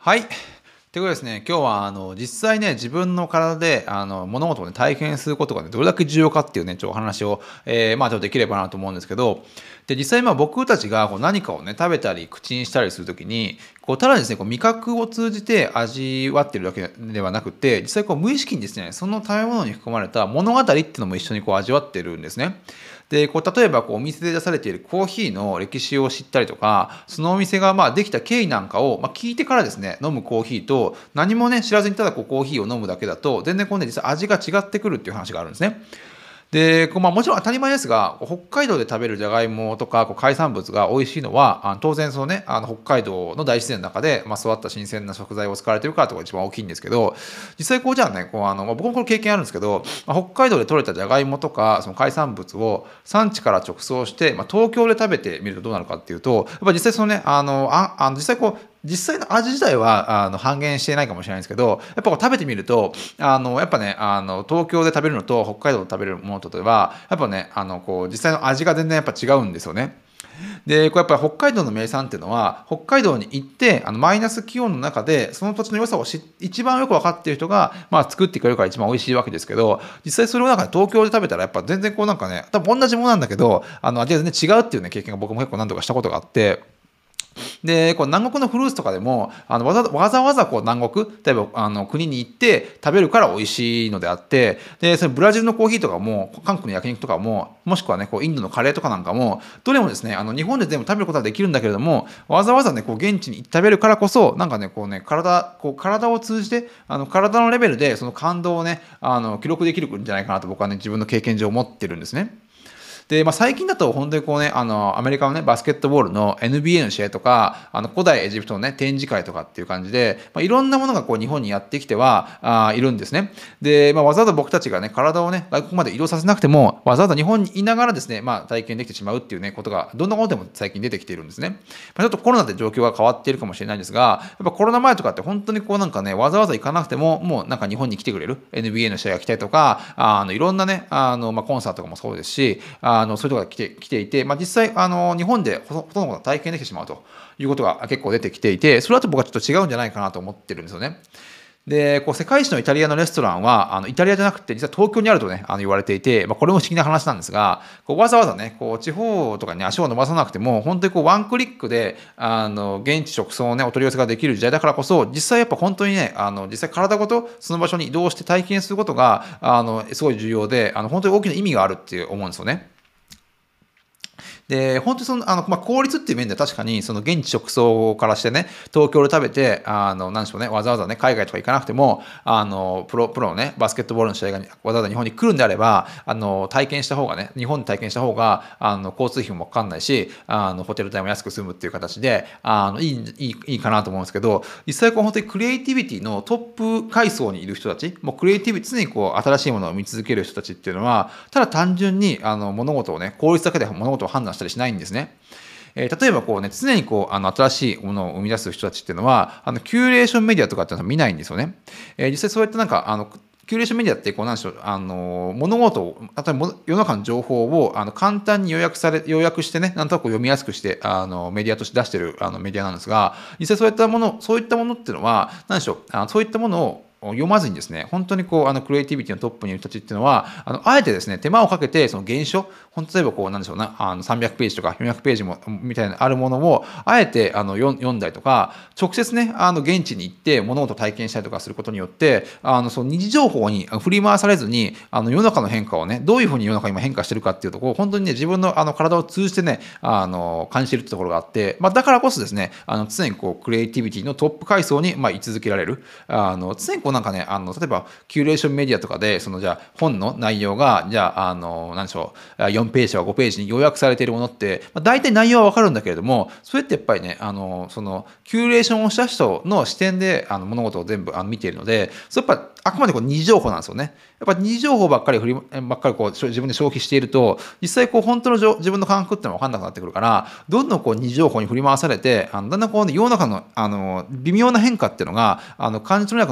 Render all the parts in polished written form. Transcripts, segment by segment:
はい。ということでですね、今日は実際ね、自分の体で物事をね、体験することがね、どれだけ重要かっていうね、お話を、ちょっとできればなと思うんですけど、で、実際僕たちがこう何かをね、食べたり口にしたりするときに、ただですね、味覚を通じて味わってるだけではなくて、実際無意識にですね、その食べ物に含まれた物語っていうのも一緒に味わってるんですね。で例えばお店で出されているコーヒーの歴史を知ったりとか、そのお店ができた経緯なんかを聞いてからですね、飲むコーヒーと何もね知らずにただコーヒーを飲むだけだと全然実は味が違ってくるっていう話があるんですね。でもちろん当たり前ですが、北海道で食べるじゃがいもとか海産物が美味しいのは当然そのね、北海道の大自然の中で、育った新鮮な食材を使われてるからとかが一番大きいんですけど、実際じゃあね僕もこの経験あるんですけど、北海道で採れたじゃがいもとかその海産物を産地から直送して、東京で食べてみるとどうなるかっていうと、やっぱ実際そのね実際の味自体は半減していないかもしれないんですけど、やっぱ食べてみるとやっぱね東京で食べるのと北海道で食べるものとではやっぱね実際の味が全然やっぱ違うんですよね。でやっぱり北海道の名産っていうのは北海道に行ってマイナス気温の中でその土地の良さを一番よく分かっている人が、作ってくれるから一番美味しいわけですけど、実際それを東京で食べたらやっぱ全然多分同じものなんだけど味が全然違うっていうね経験が僕も結構何度かしたことがあって。で南国のフルーツとかでもわざわざ南国例えば国に行って食べるから美味しいのであって、でそのブラジルのコーヒーとかも韓国の焼肉とかももしくはねインドのカレーとかなんかもどれもですね日本で全部食べることはできるんだけれども、わざわざね現地に行って食べるからこそ体を通じて体のレベルでその感動をね記録できるんじゃないかなと僕はね自分の経験上思ってるんですね。で、最近だと本当にアメリカのね、バスケットボールの NBA の試合とか、古代エジプトのね、展示会とかっていう感じで、いろんなものが日本にやってきてはいるんですね。で、わざわざ僕たちがね、体をね、外国まで移動させなくても、わざわざ日本にいながらですね、体験できてしまうっていうね、ことが、どんなことでも最近出てきているんですね。ちょっとコロナで状況が変わっているかもしれないんですが、やっぱコロナ前とかって本当にわざわざ行かなくても、もう日本に来てくれる NBA の試合が来たりとか、いろんなね、コンサートとかもそうですし、そういうところが来ていて、実際日本でほとんどのことが体験できてしまうということが結構出てきていて、それだと僕はちょっと違うんじゃないかなと思ってるんですよね。で世界一のイタリアのレストランはイタリアじゃなくて実は東京にあるとね言われていて、これも不思議な話なんですが、わざわざね地方とかに足を伸ばさなくても本当にワンクリックで現地直送のねお取り寄せができる時代だからこそ、実際やっぱ本当にね実際体ごとその場所に移動して体験することがすごい重要で本当に大きな意味があるって思うんですよね。で本当に効率っていう面では確かにその現地直送からしてね東京で食べてなんでしょうね、わざわざね海外とか行かなくてもプロのねバスケットボールの試合がわざわざ日本に来るんであれば体験した方がね、日本で体験した方が交通費もかかんないしホテル代も安く済むっていう形でいいかなと思うんですけど、実際本当にクリエイティビティのトップ階層にいる人たち、もうクリエイティビティ常に新しいものを見続ける人たちっていうのはただ単純に物事をね効率だけで物事を判断したりしないんですね。例えば常に新しいものを生み出す人たちっていうのはキュレーションメディアとかっていうのは見ないんですよね。実際そうやってキュレーションメディアってなんでしょう、物事を例えば世の中の情報を簡単に要約してね、なんとなく読みやすくしてメディアとして出してるメディアなんですが、実際そういったものっていうのは何でしょう、そういったものを読まずにですね、本当にクリエイティビティのトップにいる人たちっていうのはあえてですね手間をかけてその原書、例えばなんでしょうな300ページとか400ページもみたいなあるものをあえて読んだりとか、直接ね現地に行って物事を体験したりとかすることによってその二次情報に振り回されずに世の中の変化をね、どういうふうに世の中今変化してるかっていうところを本当にね自分の体を通じてね感じているってところがあって、だからこそですね常にクリエイティビティのトップ階層に居続けられる常に例えばキュレーションメディアとかでじゃあ本の内容がじゃあ何でしょう4ページとか5ページに要約されているものって、大体内容は分かるんだけれども、それってやっぱりねそのキュレーションをした人の視点で物事を全部見ているので、それやっぱあくまで二次情報なんですよね。やっぱ二次情報ばっかり自分で消費していると、実際本当の自分の感覚っていうのは分かんなくなってくるから、どんどん二次情報に振り回されてだんだん世の中の微妙な変化っていうのが感じ取れなくなってくるんじゃないか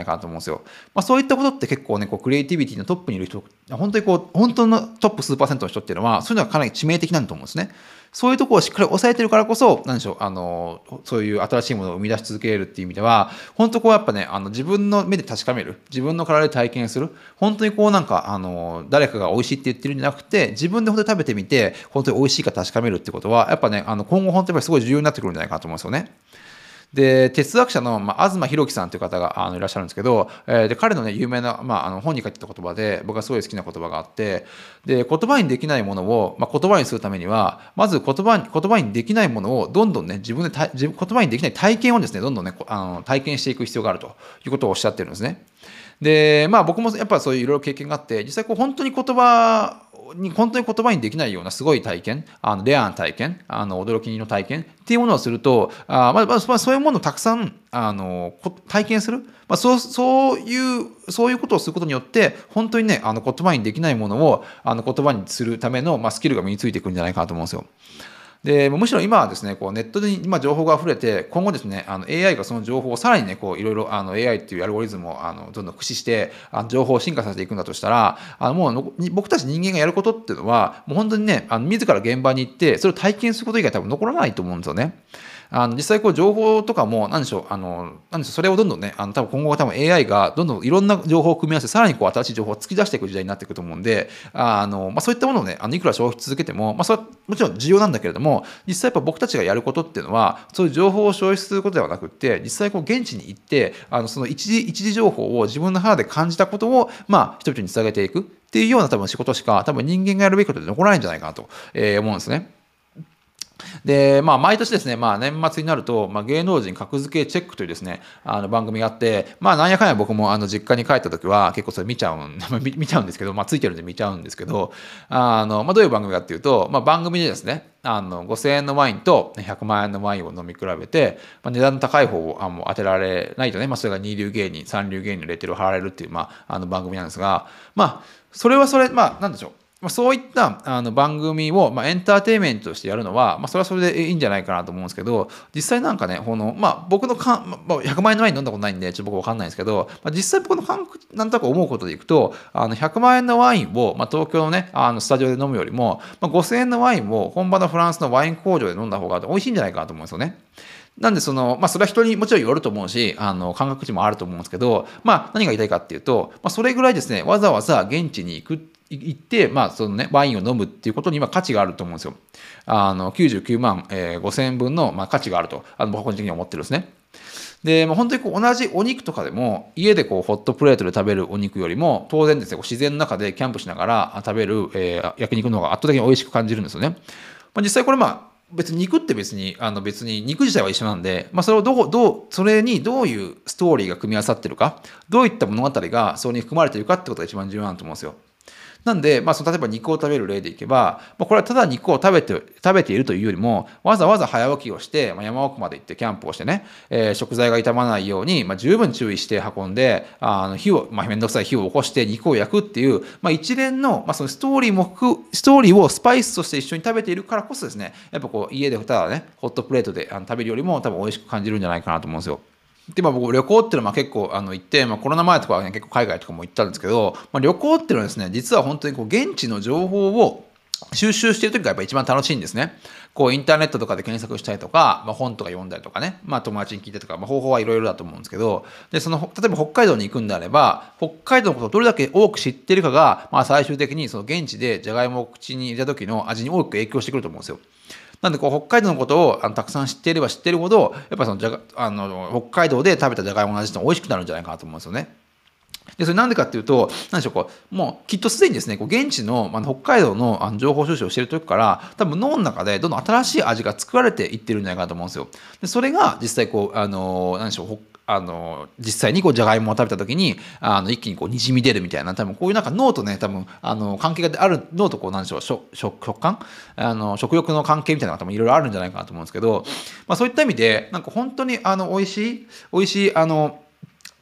ないかなと思うんですよ。そういったことって結構ね、クリエイティビティのトップにいる人、本当に本当のトップ数パーセントの人っていうのは、そういうのがかなり致命的なんだと思うんですね。そういうところをしっかり抑えてるからこそ、なんでしょう、そういう新しいものを生み出し続けるっていう意味では、本当やっぱね、自分の目で確かめる、自分の体で体験する、本当に誰かが美味しいって言ってるんじゃなくて、自分で本当に食べてみて、本当に美味しいか確かめるってことは、やっぱね、今後本当にすごい重要になってくるんじゃないかなと思うんですよね。で、哲学者の、東博樹さんという方がいらっしゃるんですけど、で彼のね、有名な、本に書いてた言葉で、僕がすごい好きな言葉があって、で、言葉にできないものを、言葉にするためには、まず言葉にできないものをどんどんね、自分で言葉にできない体験をですね、どんどんね、体験していく必要があるということをおっしゃってるんですね。で、僕もやっぱそういういろいろ経験があって、実際本当に本当に言葉にできないようなすごい体験、レアな体験、驚きの体験っていうものをすると、そういうものをたくさん体験する、そういうことをすることによって、本当にね、言葉にできないものを言葉にするための、スキルが身についてくるんじゃないかなと思うんですよ。で、むしろ今はですね、ネットで今情報が溢れて、今後ですね、AI がその情報をさらにね、いろいろAI っていうアルゴリズムをどんどん駆使して、情報を進化させていくんだとしたら、もう僕たち人間がやることっていうのは、もう本当にね、自ら現場に行って、それを体験すること以外多分残らないと思うんですよね。実際情報とかも何でしょう、それをどんどんね、多分今後はAI がどんどんいろんな情報を組み合わせて、さらに新しい情報を突き出していく時代になっていくと思うんで、そういったものをね、いくら消費し続けても、それはもちろん重要なんだけれども、実際やっぱ僕たちがやることっていうのは、そういう情報を消費することではなくて、実際現地に行って、その一時情報を自分の肌で感じたことを、人々に伝えていくっていうような多分仕事しか、多分人間がやるべきことで残らないんじゃないかなと思うんですね。で、毎年ですね、年末になると、芸能人格付けチェックというですね、番組があって、なんやかんや僕も実家に帰った時は結構それ見ちゃうんですけど、ついてるんで見ちゃうんですけど、どういう番組かっていうと、番組でですね、5000円のワインと100万円のワインを飲み比べて、値段の高い方をもう当てられないとね、それが二流芸人、三流芸人のレッテルを貼られるっていう、番組なんですが、それはそれ、なんでしょう。そういった番組をエンターテインメントとしてやるのは、それはそれでいいんじゃないかなと思うんですけど、実際なんかね、僕の100万円のワイン飲んだことないんで、ちょっと僕わかんないんですけど、実際僕の感覚、なんとなく思うことでいくと、100万円のワインを、東京のね、スタジオで飲むよりも、5000円のワインを本場のフランスのワイン工場で飲んだ方が美味しいんじゃないかなと思うんですよね。なんでそれは人にもちろんよると思うし、感覚値もあると思うんですけど、何が言いたいかっていうと、それぐらいですね、わざわざ現地に行って、そのね、ワインを飲むっていうことに今価値があると思うんですよ。99万、5000円分の、価値があると、僕は個人的には思ってるんですね。で、本当に同じお肉とかでも、家でホットプレートで食べるお肉よりも、当然ですね、自然の中でキャンプしながら食べる、焼肉の方が圧倒的に美味しく感じるんですよね。実際これ別に肉って別に肉自体は一緒なんで、それをそれにどういうストーリーが組み合わさってるか、どういった物語がそれに含まれているかってことが一番重要なんと思うんですよ。なんで、例えば肉を食べる例でいけば、これはただ肉を食べているというよりも、わざわざ早起きをして、山奥まで行ってキャンプをしてね、食材が傷まないように、十分注意して運んで、めんどくさい火を起こして肉を焼くっていう、一連の、そのストーリーをスパイスとして一緒に食べているからこそですね、やっぱ家でただね、ホットプレートで食べるよりも多分美味しく感じるんじゃないかなと思うんですよ。で、僕旅行っていうのは結構行って、コロナ前とかはね、結構海外とかも行ったんですけど、旅行っていうのはですね、実は本当に現地の情報を収集している時がやっぱ一番楽しいんですね。インターネットとかで検索したりとか、本とか読んだりとかね、友達に聞いてとか、方法はいろいろだと思うんですけど、で、例えば北海道に行くんであれば、北海道のことをどれだけ多く知っているかが、最終的にその現地でじゃがいもを口に入れた時の味に大きく影響してくると思うんですよ。なんで北海道のことをたくさん知っていれば知っているほど、やっぱり北海道で食べたじゃがいもの味って美味しくなるんじゃないかなと思うんですよね。で、それなんでかっていうと、なんでしょう、もうきっとすでにですね、現地の、北海道の情報収集をしている時から、多分脳の中でどんどん新しい味が作られていってるんじゃないかなと思うんですよ。で、それが実際なんでしょう、実際にじゃがいもを食べた時に一気ににじみ出るみたいな、多分こういうなんか脳とね、多分関係がある、脳となんでしょう、食感食欲の関係みたいなのが多分いろいろあるんじゃないかなと思うんですけど、そういった意味でなんか本当に美味しい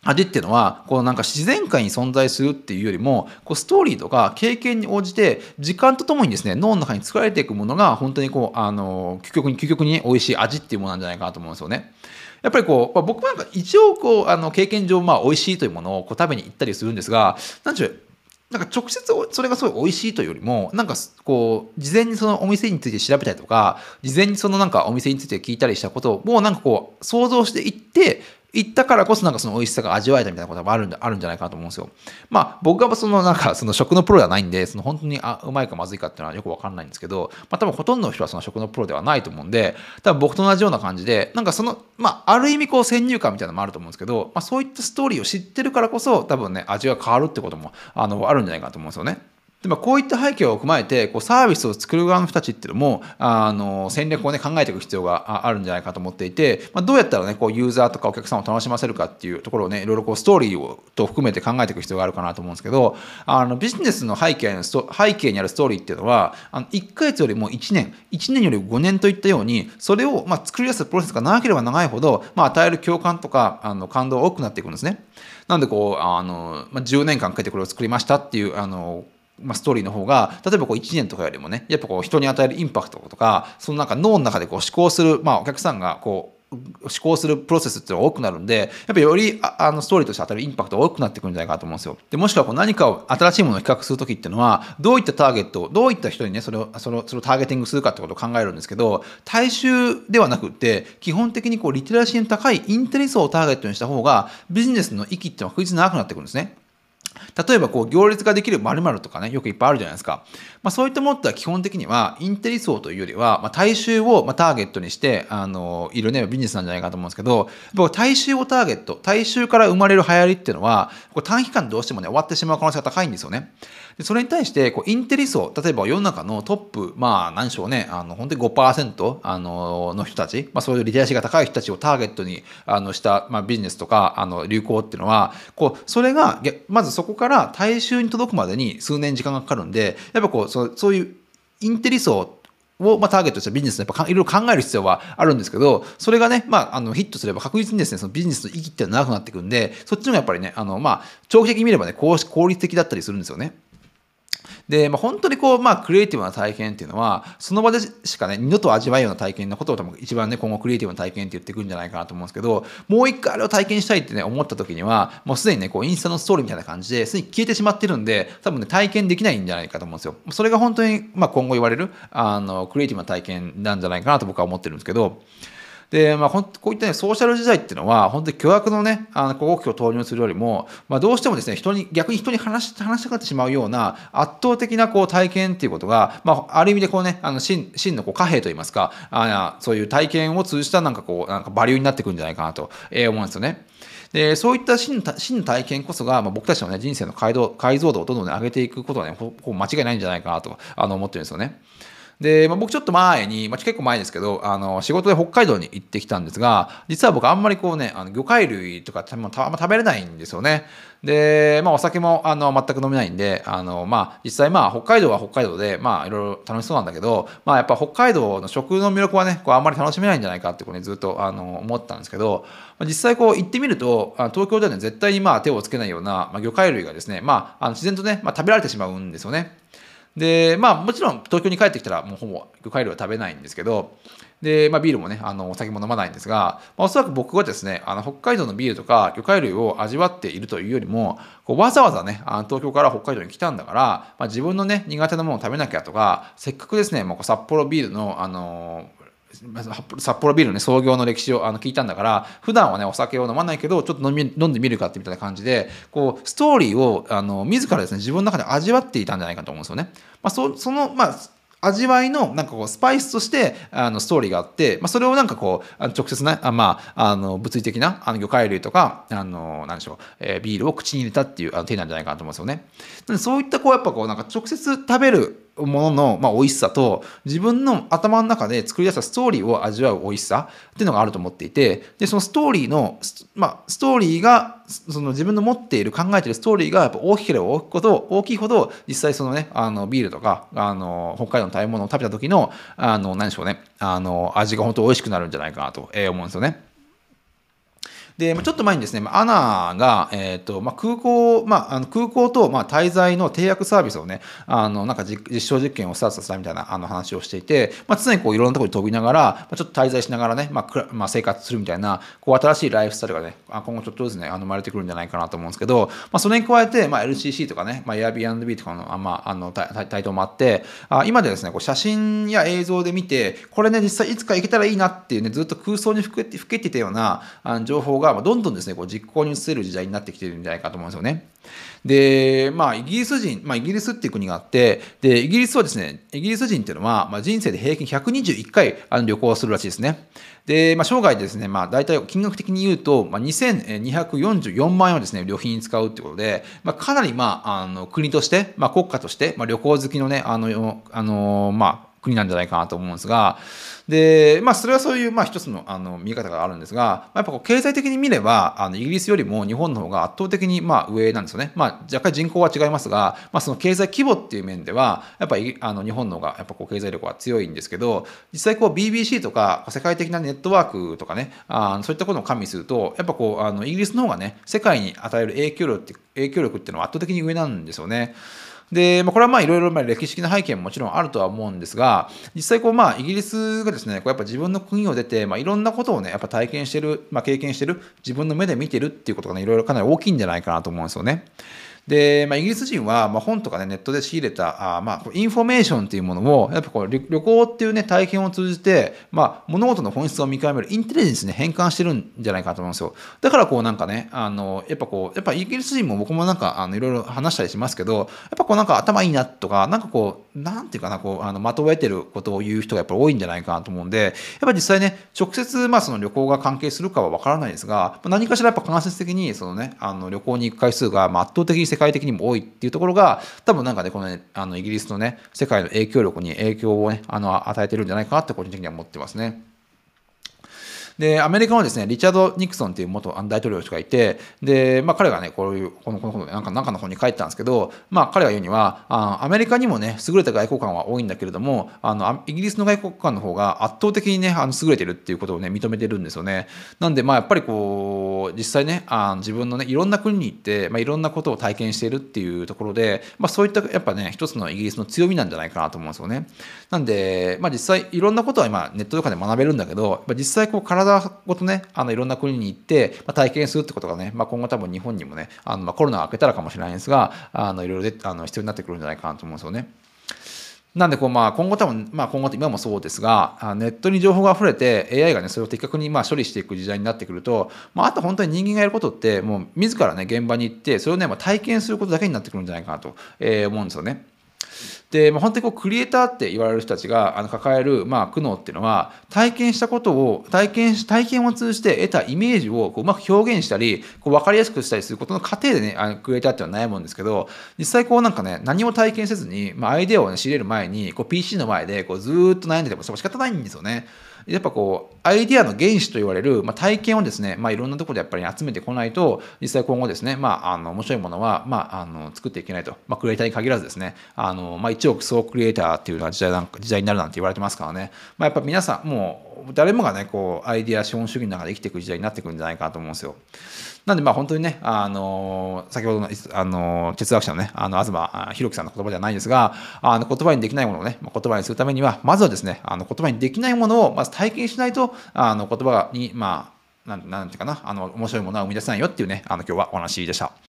味っていうのはこうなんか自然界に存在するっていうよりもこうストーリーとか経験に応じて時間とともにですね脳の中に作られていくものが本当にこう究極に美味しい味っていうものなんじゃないかなと思うんですよね。やっぱりこう、僕なんか一応こう経験上美味しいというものをこう食べに行ったりするんですが、なんちゅうなんか直接それがすごい美味しいというよりもなんかこう事前にそのお店について調べたりとか事前にそのなんかお店について聞いたりしたことをなんかこう想像していって行ったからこそなんかその美味しさが味わえたみたいなことがあるんじゃないかなと思うんですよ。僕はそのなんかその食のプロではないんでその本当にうまいかまずいかっていうのはよくわかんないんですけど、多分ほとんどの人はその食のプロではないと思うんで、多分僕と同じような感じでなんかそのある意味こう先入観みたいなのもあると思うんですけど、そういったストーリーを知ってるからこそ多分ね味が変わるってこともあるんじゃないかなと思うんですよね。でこういった背景を踏まえてこうサービスを作る側の人たちっていうのも戦略をね考えていく必要があるんじゃないかと思っていて、どうやったらねこうユーザーとかお客さんを楽しませるかっていうところをねいろいろこうストーリーと含めて考えていく必要があるかなと思うんですけど、ビジネスの背景にあるストーリーっていうのは1ヶ月よりも1年より5年といったようにそれを作り出すプロセスが長ければ長いほど与える共感とか感動が多くなっていくんですね。なのでこう10年間かけてこれを作りましたっていうストーリーの方が例えばこう1年とかよりもねやっぱこう人に与えるインパクトとかそのなんか脳の中でこう思考する、お客さんがこう思考するプロセスっていうのが多くなるんでやっぱりよりストーリーとして与えるインパクトが多くなってくるんじゃないかと思うんですよ。でもしくはこう何かを新しいものを比較するときっていうのはどういったターゲットどういった人にねそれをターゲティングするかってことを考えるんですけど、大衆ではなくって基本的にこうリテラシーの高いインテリ層をターゲットにした方がビジネスの息っていうのは確実に長くなってくるんですね。例えばこう行列ができる〇〇とかねよくいっぱいあるじゃないですか。そういったものっては基本的にはインテリ層というよりは、大衆をターゲットにしているねビジネスなんじゃないかと思うんですけど、大衆をターゲット大衆から生まれる流行りっていうのはこう短期間でどうしてもね終わってしまう可能性が高いんですよね。でそれに対してこうインテリ層例えば世の中のトップ何でしょうね本当に 5% の人たち、そういうリテラシーが高い人たちをターゲットにした、ビジネスとか流行っていうのはこうそれがまずそこから大衆に届くまでに数年時間がかかるんでやっぱこうそういうインテリ層をターゲットとしたビジネスやっぱいろいろ考える必要はあるんですけど、それがね、ヒットすれば確実にですね、そのビジネスの息って長くなっていくんで、そっちの方がやっぱりね、長期的に見ればね、効率的だったりするんですよね。で、本当にこう、クリエイティブな体験っていうのは、その場でしかね、二度と味わえるような体験のことを多分一番ね、今後クリエイティブな体験って言ってくるんじゃないかなと思うんですけど、もう一回あれを体験したいってね、思った時には、もうすでにね、こう、インスタのストーリーみたいな感じで、すでに消えてしまってるんで、多分ね、体験できないんじゃないかと思うんですよ。それが本当に、今後言われる、クリエイティブな体験なんじゃないかなと僕は思ってるんですけど、で、こういったね、ソーシャル時代っていうのは、本当に巨額のね、広告費を投入するよりも、どうしてもですね、逆に人に話したくなってしまうような圧倒的なこう体験っていうことが、ある意味でこうね、真のこう貨幣といいますか、そういう体験を通じたなんかバリューになってくるんじゃないかなと思うんですよね。でそういった真の体験こそが、僕たちの、ね、人生の解像度をどんどん、ね、上げていくことはね、間違いないんじゃないかなと思ってるんですよね。で、僕ちょっと前に、結構前ですけど、仕事で北海道に行ってきたんですが、実は僕あんまりこうね、魚介類とかあんま食べれないんですよね。で、お酒も全く飲めないんで、実際北海道は北海道で、いろいろ楽しそうなんだけど、やっぱ北海道の食の魅力はね、こうあんまり楽しめないんじゃないかってこうね、ずっと思ったんですけど、実際こう行ってみると、東京ではね、絶対に手をつけないような、魚介類がですね、自然とね、食べられてしまうんですよね。でもちろん東京に帰ってきたらもうほぼ魚介類は食べないんですけど、で、ビールもねお酒も飲まないんですが、おそらく僕はですね北海道のビールとか魚介類を味わっているというよりもこうわざわざね東京から北海道に来たんだから、自分のね苦手なものを食べなきゃとか、せっかくですねもう札幌ビールの札幌ビールの、ね、創業の歴史を聞いたんだから普段はねお酒を飲まないけどちょっと飲んでみるかってみたいな感じでこうストーリーを自らですね自分の中で味わっていたんじゃないかと思うんですよね。その味わいのなんかこうスパイスとしてストーリーがあって、それをなんかこう直接ね物理的な魚介類とかなんでしょう、ビールを口に入れたっていう手なんじゃないかなと思うんですよね。でそういったこうやっぱこうなんか直接食べるものの美味しさと自分の頭の中で作り出したストーリーを味わう美味しさっていうのがあると思っていて、でそのストーリーがその自分の持っている考えているストーリーがやっぱ大きければ大きいほど実際そのねビールとか北海道の食べ物を食べた時の何でしょうね味が本当美味しくなるんじゃないかなと思うんですよね。 で、ちょっと前にですね、アナが、空港と、滞在の締約サービスをね、なんか実証実験をスタートさせたみたいな話をしていて、常にこういろんなところに飛びながら、ちょっと滞在しながらね、生活するみたいな、こう新しいライフスタイルがね、今後ちょっとずつね、生まれてくるんじゃないかなと思うんですけど、それに加えて、LCC とかね、Airbnb とかの、台頭もあって、今ではですね、こう写真や映像で見て、これね、実際いつか行けたらいいなっていうね、ずっと空想にふけていたような情報が、どんどんですね、こう実行に移せる時代になってきているんじゃないかと思うんですよね。で、イギリス人、イギリスっていう国があって、で、イギリスはですね、イギリス人っていうのは、人生で平均121回旅行をするらしいですね。で、生涯でですね、大体金額的に言うと、2244万円をですね、旅費に使うってことで、かなり、国として、国家として、旅行好きのね、国なんじゃないかなと思うんですが、で、それはそういう、一つの、見方があるんですが、やっぱこう経済的に見れば、イギリスよりも日本の方が圧倒的に、上なんですよね。若干人口は違いますが、その経済規模っていう面では、やっぱり日本の方が、やっぱこう経済力は強いんですけど、実際こう BBC とか、世界的なネットワークとかね、そういったことを加味すると、やっぱこう、イギリスの方がね、世界に与える影響力っていうのは圧倒的に上なんですよね。で、これはまあいろいろ歴史的な背景ももちろんあるとは思うんですが、実際こうイギリスがですね、こうやっぱ自分の国を出て、いろんなことをね、やっぱ体験してる、経験してる、自分の目で見てるっていうことがね、いろいろかなり大きいんじゃないかなと思うんですよね。で、イギリス人は、本とかね、ネットで仕入れた、インフォメーションっていうものを、やっぱこう、旅行っていうね、体験を通じて、物事の本質を見極めるインテリジェンスに変換してるんじゃないかと思うんですよ。だからこうなんかね、やっぱイギリス人も僕もなんか、いろいろ話したりしますけど、やっぱこうなんか頭いいなとか、なんかこう、なんていうかな、こう、的を得てることを言う人がやっぱり多いんじゃないかなと思うんで、やっぱり実際ね、直接、その旅行が関係するかはわからないですが、何かしらやっぱ間接的に、そのね、旅行に行く回数が、圧倒的に世界的にも多いっていうところが、多分なんかね、このね、イギリスのね、世界の影響力に影響をね、与えてるんじゃないかなって個人的には思ってますね。で、アメリカのですね、リチャード・ニクソンっていう元大統領の人がいて、で、彼がね、こういう、このことでなんかの本に書いてたんですけど、彼が言うには、アメリカにもね、優れた外交官は多いんだけれども、イギリスの外交官の方が圧倒的にね、優れてるっていうことをね、認めてるんですよね。なんで、やっぱりこう、実際ね、自分のね、いろんな国に行って、いろんなことを体験しているっていうところで、そういった、やっぱね、一つのイギリスの強みなんじゃないかなと思うんですよね。なんで、実際、いろんなことは今、ネットとかで学べるんだけど、実際、こう、体ごとね、いろんな国に行って、体験するってことがね、今後多分日本にもね、コロナが明けたらかもしれないんですが、いろいろで必要になってくるんじゃないかなと思うんですよね。なんでこう今後多分、今後今もそうですが、ネットに情報が溢れて AI がね、それを的確に処理していく時代になってくると、あと本当に人間がやることって、もう自らね、現場に行って、それをね、体験することだけになってくるんじゃないかなと思うんですよね。で、本当にこうクリエイターって言われる人たちが抱える苦悩っていうのは、体験したことを体験を通じて得たイメージをこううまく表現したり、こう分かりやすくしたりすることの過程でね、クリエイターっていうのは悩むんですけど、実際こうなんかね、何も体験せずに、アイデアをね、仕入れる前にこう PC の前でこうずーっと悩んでてもそれは仕方ないんですよね。やっぱこうアイデアの原子と言われる、体験をですね、いろんなところでやっぱり集めてこないと、実際今後ですね、面白いものは、作っていけないと、クリエイターに限らずですね、1億総クリエイターっていうのは時代になるなんて言われてますからね、やっぱ皆さんもう誰もがね、こうアイデア資本主義の中で生きていく時代になってくるんじゃないかなと思うんですよ。なんで本当にね、先ほどの、哲学者のね、東博樹さんの言葉じゃないですが、言葉にできないものをね、言葉にするためには、まずはですね、言葉にできないものをまず体験しないと、言葉に、なんていうかな、面白いものは生み出せないよっていうね、今日はお話でした。